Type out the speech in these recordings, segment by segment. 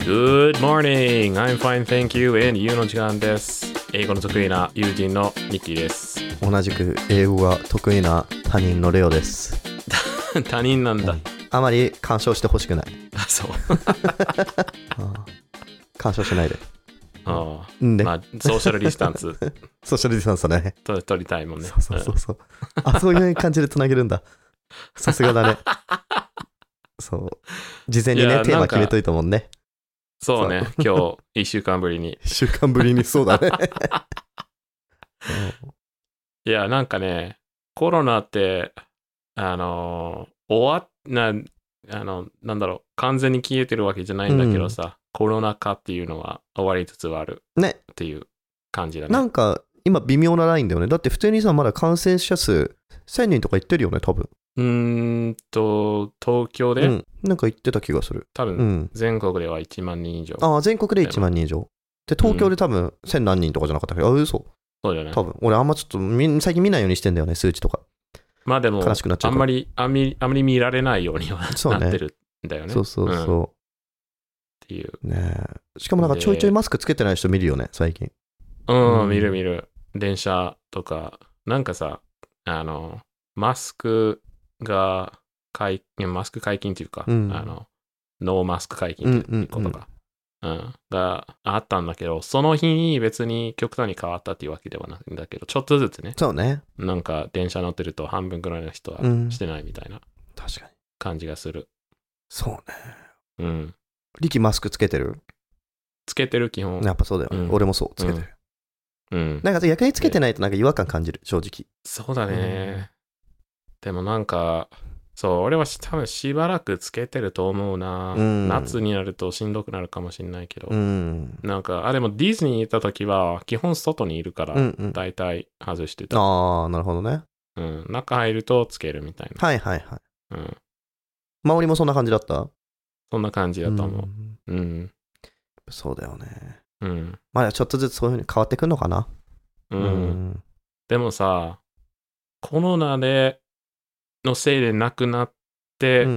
Good morning! I'm fine, thank you. And you の時間です。英語の得意な友人のニッキーです。 同じく英語が得意な他人のレオです。 他人なんだ。 あまり干渉してほしくない。 あ、そう。 干渉しないで。 ああ、 ね、 まあ、ソーシャルディスタンス。 ソーシャルディスタンスね。 取りたいもんね。 そう。あ、そういう感じでつなげるんだ。さすがだね。そう。事前にね、テーマ決めといたもんね。 そうね、今日1週間ぶりに。 1週間ぶりにそうだね。 いや、なんかね、コロナって、なんだろう、完全に消えてるわけじゃないんだけどさ、コロナ禍っていうのは終わりつつあるっていう感じだね。 なんか、今微妙なラインだよね。だって普通にさ、まだ感染者数1000人とか言ってるよね、多分。 東京で、 なんか言ってた気がする。 多分、全国では1万人以上。 ああ、全国で1万人以上。で、東京で多分1000何人とかじゃなかったっけど、嘘。 そうだよね。 多分。俺あんまちょっと最近見ないようにしてんだよね、数値とか。 まあでも、 悲しくなっちゃうあんまり見られないようにはなってるんだよね。 そう。 っていう。 ねえ。しかもなんかちょいちょいマスクつけてない人見るよね、最近。 見る。電車とか、なんかさ、マスク解禁っていうか、ノーマスク解禁っていうことが、があったんだけど、その日に別に極端に変わったっていうわけではないんだけど、ちょっとずつね。 そうね。 なんか電車乗ってると半分くらいの人はしてないみたいな感じがする。 そうね。リキマスクつけてる？ つけてる基本。 やっぱそうだよね。俺もそう、つけてる。なんか逆につけてないとなんか違和感感じる、正直。 そうだね。でもなんか、そう、俺は多分しばらくつけてると思うな。夏になるとしんどくなるかもしれないけど。なんか、でもディズニーに行った時は基本外にいるから、だいたい外してた。 ああ、なるほどね。 中入るとつけるみたいな。 はい。周りもそんな感じだった？ そんな感じだと思う。 そうだよね。 まあちょっとずつそういう風に変わってくるのかな。 でもさ、コロナのせいでなくなって、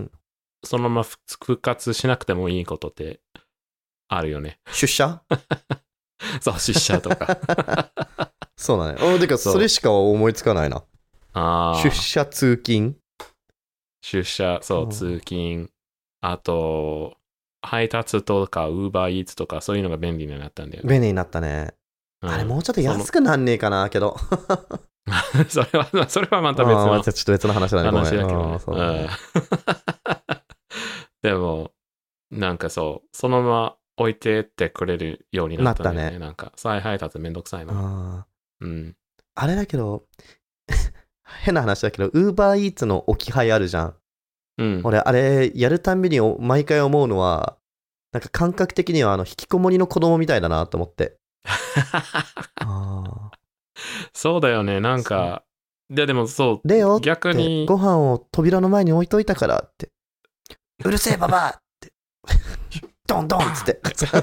そのまま復活しなくてもいいことってあるよね。 出社そう、出社とか。 そうだね。てか、それしか思いつかないな。出社、通勤。 出社、そう、通勤。あと、配達とか、ウーバーイーツとか、そういうのが便利になったんだよね。 便利になったね。あれ、もうちょっと安くなんねえかな、けど。 それはまた別のちょっと別の話だね。 話だけどね。でも、なんかそう、そのまま置いてってくれるようになったんだよね。なんか、再配達めんどくさいな。 あれだけど、変な話だけど、ウーバーイーツの置き配あるじゃん。俺、あれ、やるたんびに毎回思うのは、なんか感覚的には引きこもりの子供みたいだなと思って。 そうだよね、なんか、でもそう、 レオ逆にご飯を扉の前に置いといたからって。うるせえババアって。ドンドンっつって。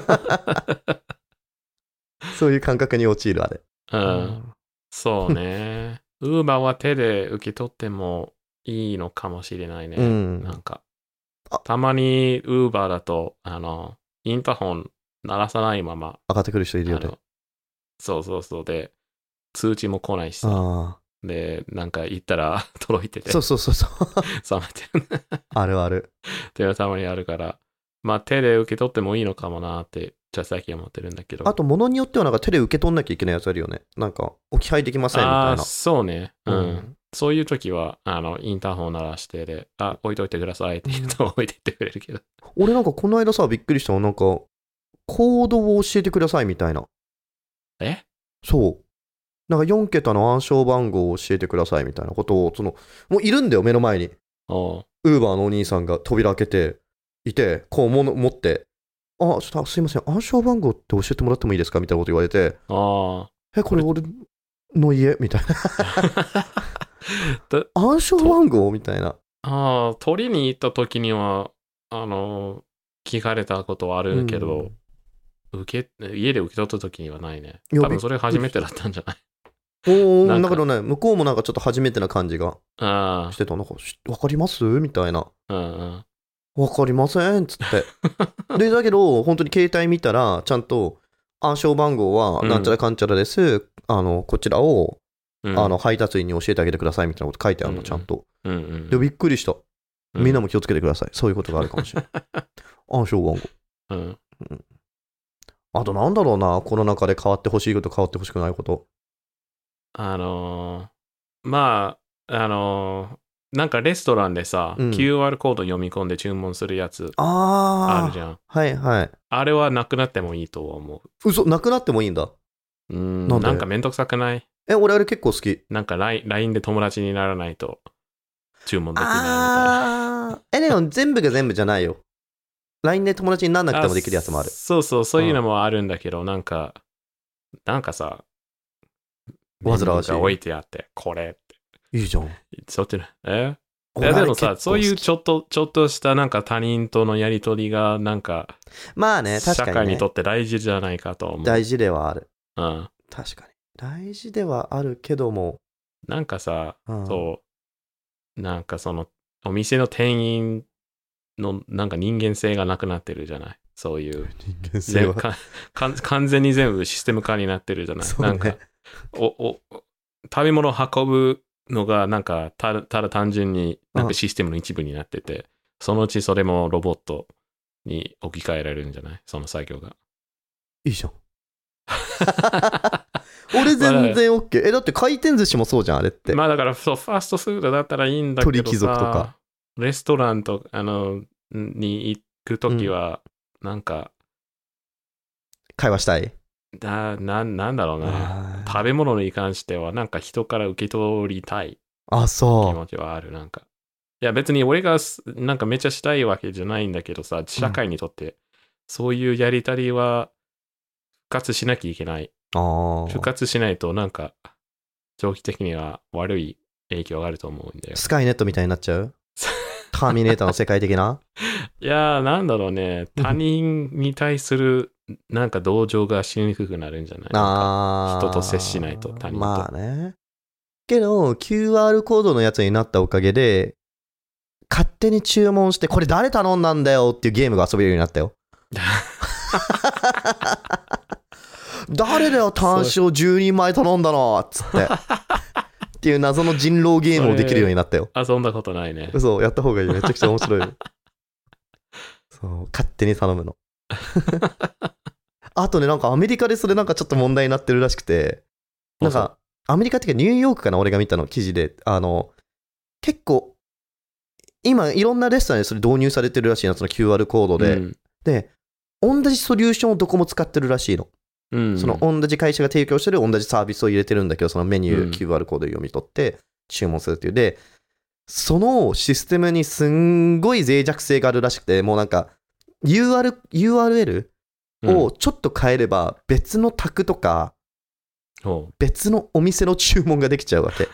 そういう感覚に陥るあれ。 そうね。ウーバーは手で受け取ってもいいのかもしれないね。なんか、たまにウーバーだと、インターホン鳴らさないまま。 上がってくる人いるよね。 そう。で、通知も来ないしさ。で、なんか言ったら届いてて。 そう。 冷めてる。 あるある。 っていうのたまにあるから、まあ手で受け取ってもいいのかもなって、じゃあ最近思ってるんだけど。 あと、物によってはなんか手で受け取んなきゃいけないやつあるよね。なんか、置き配できませんみたいな。 そうね。そういう時は、インターホン鳴らしてで、置いといてくださいって言うと置いていってくれるけど。 俺なんかこの間さ、びっくりしたのなんか、コードを教えてくださいみたいな。そう。なんか4桁の暗証番号を教えてくださいみたいなことを、もういるんだよ、目の前に。ウーバーのお兄さんが扉開けていて、こう持って、ちょっとすいません、暗証番号って教えてもらってもいいですかみたいなこと言われて、これ俺の家みたいな。暗証番号みたいな。 取りに行った時には、聞かれたことはあるけど、家で受け取った時にはないね。多分それ初めてだったんじゃない？ だけどね、向こうもなんかちょっと初めてな感じがしてた。なんか、わかりますみたいな。 わかりませんっつって。で、だけど、本当に携帯見たら、ちゃんと暗証番号はなんちゃらかんちゃらです。こちらを、配達員に教えてあげてくださいみたいなこと書いてあるの、ちゃんと。で、びっくりした。みんなも気をつけてください。そういうことがあるかもしれない。暗証番号。あとなんだろうな、この中で変わってほしいこと、変わってほしくないこと。 まあ、なんかレストランでさ、QR コード読み込んで注文するやつあるじゃん。 はいはい。 あれはなくなってもいいと思う。 嘘、なくなってもいいんだ。 なんかめんどくさくない？ 俺あれ結構好き。 なんか LINE で友達にならないと注文できないみたいな。 でも全部が全部じゃないよ。LINE で友達にならなくてもできるやつもある。 そういうのもあるんだけど、なんかさ、 わずらわしい。 置いてあって、これって。 いいじゃん。 そっちね。でもさ、そういうちょっとしたなんか他人とのやりとりがなんか、 まあね、確かに、ね、 社会にとって大事じゃないかと思う。 大事ではある。 確かに。大事ではあるけども。 なんかさ、なんかその、お店の店員のなんか人間性がなくなってるじゃない。そういう。 人間性は完全に全部システム化になってるじゃない。 ね、 なんか、食べ物を運ぶのがなんかただ単純になんかシステムの一部になってて、そのうちそれもロボットに置き換えられるんじゃない？その作業が。 いいじゃん。俺全然 OK。だって回転寿司もそうじゃん、あれって。 まあだからそう、ファーストフードだったらいいんだけどさ、 鳥貴族とか。 レストランとに行くときは、なんか、 会話したい？ なんだろうね。食べ物に関しては、なんか人から受け取りたい気持ちはある。なんか。いや別に俺がなんかめっちゃしたいわけじゃないんだけどさ、社会にとってそういうやりたりは復活しなきゃいけない。復活しないとなんか長期的には悪い影響があると思うんだよ。 スカイネットみたいになっちゃう？ターミネーターの世界的な？ いやーなんだろうね。他人に対するなんか同情がしにくくなるんじゃない？なんか人と接しないと他人と。 まあね。けど QR コードのやつになったおかげで勝手に注文してこれ誰頼んだんだよっていうゲームが遊べるようになったよ。誰だよ単勝10人前頼んだのっつってっていう謎の人狼ゲームをできるようになったよ。 遊んだことないね。 嘘、やった方がいい。めちゃくちゃ面白いよ。そう勝手に頼むの。あとね、なんかアメリカでそれなんかちょっと問題になってるらしくて、なんかアメリカっていうかニューヨークかな、俺が見たの記事で、結構今いろんなレストランにそれ導入されてるらしいな、その QR コードで、で同じソリューションをどこも使ってるらしいの。その同じ会社が提供してる同じサービスを入れてるんだけど、そのメニュー、QR コードを読み取って注文するっていう。でそのシステムにすんごい脆弱性があるらしくて、もうなんか URL をちょっと変えれば別の宅とか、別のお店の注文ができちゃうわけ。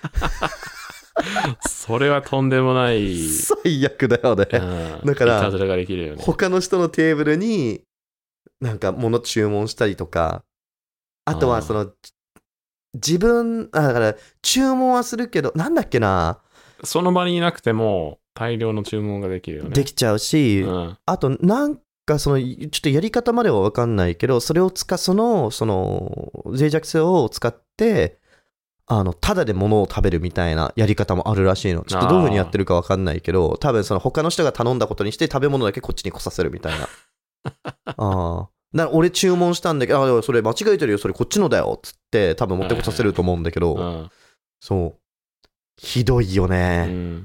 それはとんでもない最悪だよね。だから他の人のテーブルになんか物注文したりとか、あとはその自分だから注文はするけど、なんだっけな、 その場にいなくても大量の注文ができるよね。 できちゃうし、あとなんかそのちょっとやり方までは分かんないけど、それをその脆弱性を使ってただで物を食べるみたいなやり方もあるらしいの。ちょっとどういう風にやってるか分かんないけど、多分その他の人が頼んだことにして食べ物だけこっちに来させるみたいな。だから俺注文したんだけど、それ間違えてるよ、それこっちのだよっつって多分持ってこさせると思うんだけど、そうひどいよね。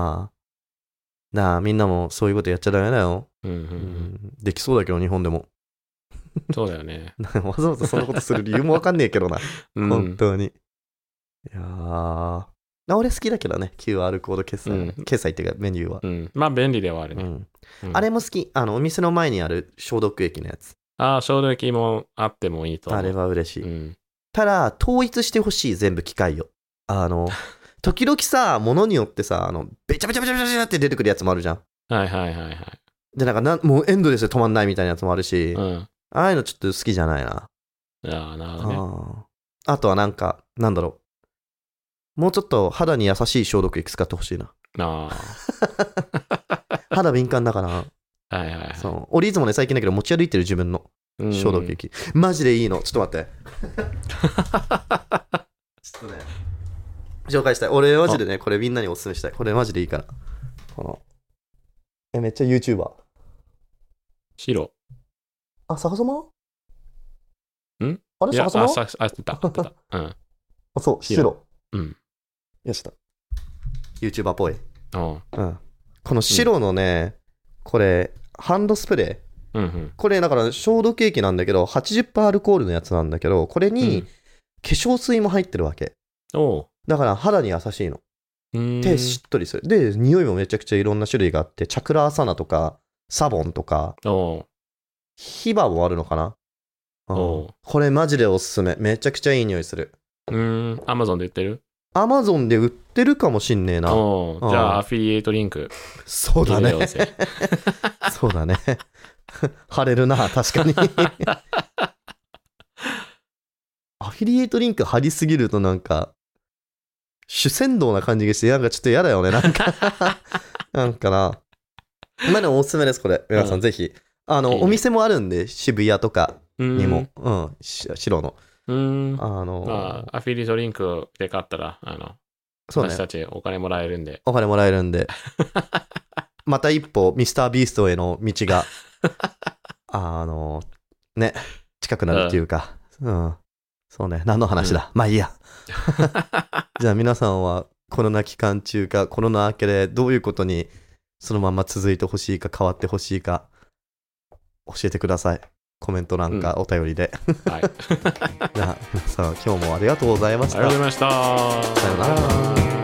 みんなもそういうことやっちゃダメだよ。できそうだけど日本でも。 そうだよね。 わざわざそんなことする理由も分かんねえけどな。本当に。いや俺好きだけどね、QR コード決済、決済っていうかメニューは。 まあ便利ではあるね。 あれも好き。お店の前にある消毒液のやつ。 消毒液もあってもいいと思う。 あれは嬉しい。ただ、統一してほしい、全部機械を。時々さ、物によってさ、べちゃべちゃべちゃべちゃって出てくるやつもあるじゃん。で、なんかもうエンドレスで止まんないみたいなやつもあるし、ああいうのちょっと好きじゃないな。 なるほどね。 あとはなんか、なんだろう。もうちょっと肌に優しい消毒液使ってほしいな。 肌敏感だから。 はいはいはい。 そう。俺いつもね、最近だけど持ち歩いてる自分の消毒液。マジでいいの。ちょっと待って。ちょっとね、紹介したい。俺マジでね、これみんなにおすすめしたい。これマジでいいから。この。めっちゃ YouTuber。 白。 あ、逆さま？ んあれ逆さま？ あ、出た。うん。 あ、そう、白。 うん。 よしと。YouTuber っぽい。 うん。 この白のね、これ、ハンドスプレー。 うんうん、 これ、だから消毒液なんだけど、80% アルコールのやつなんだけど、これに化粧水も入ってるわけ。だから肌に優しいの。手しっとりする。で、匂いもめちゃくちゃいろんな種類があって、チャクラアサナとか、サボンとか、ヒバもあるのかな。これマジでおすすめ。めちゃくちゃいい匂いする。 アマゾンで売ってる？ アマゾンで売ってるかもしんねえな。 じゃあアフィリエイトリンク。 そうだね。そうだね。貼れるな、確かに。アフィリエイトリンク貼りすぎるとなんか、主戦道な感じがして、なんかちょっと嫌だよね。なんかなんかな。まあでもおすすめです、これ。皆さんぜひ。お店もあるんで、渋谷とかにも。白の。 アフィリエイトリンクで買ったら、私たちお金もらえるんで。 お金もらえるんで。また一歩、ミスタービーストへの道が、ね、近くなるっていうか。そうね、何の話だ。まあいいや。じゃあ皆さんはコロナ期間中かコロナ明けでどういうことにそのまま続いてほしいか変わってほしいか教えてください。コメントなんかお便りで。 はい。 じゃあ皆さん今日もありがとうございました。 ありがとうございました。 さよなら。